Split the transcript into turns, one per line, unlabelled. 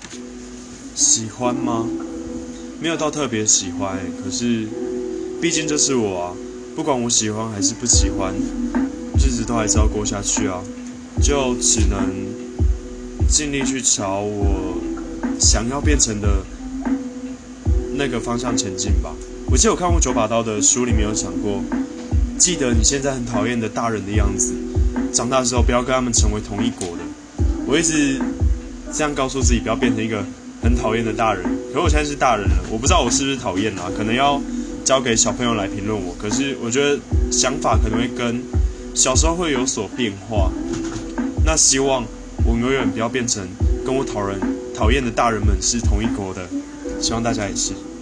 喜欢吗？没有到特别喜欢可是毕竟这是我啊，不管我喜欢还是不喜欢，日子都还是要过下去啊，就只能尽力去朝我想要变成的那个方向前进吧。我记得我看过九把刀的书里面有讲过，记得你现在很讨厌的大人的样子，长大之后不要跟他们成为同一国的。我一直这样告诉自己，不要变成一个很讨厌的大人。可是我现在是大人了，我不知道我是不是讨厌啦，可能要交给小朋友来评论我。可是我觉得想法可能会跟小时候会有所变化。那希望我永远不要变成跟我讨厌的大人们是同一国的，希望大家也是。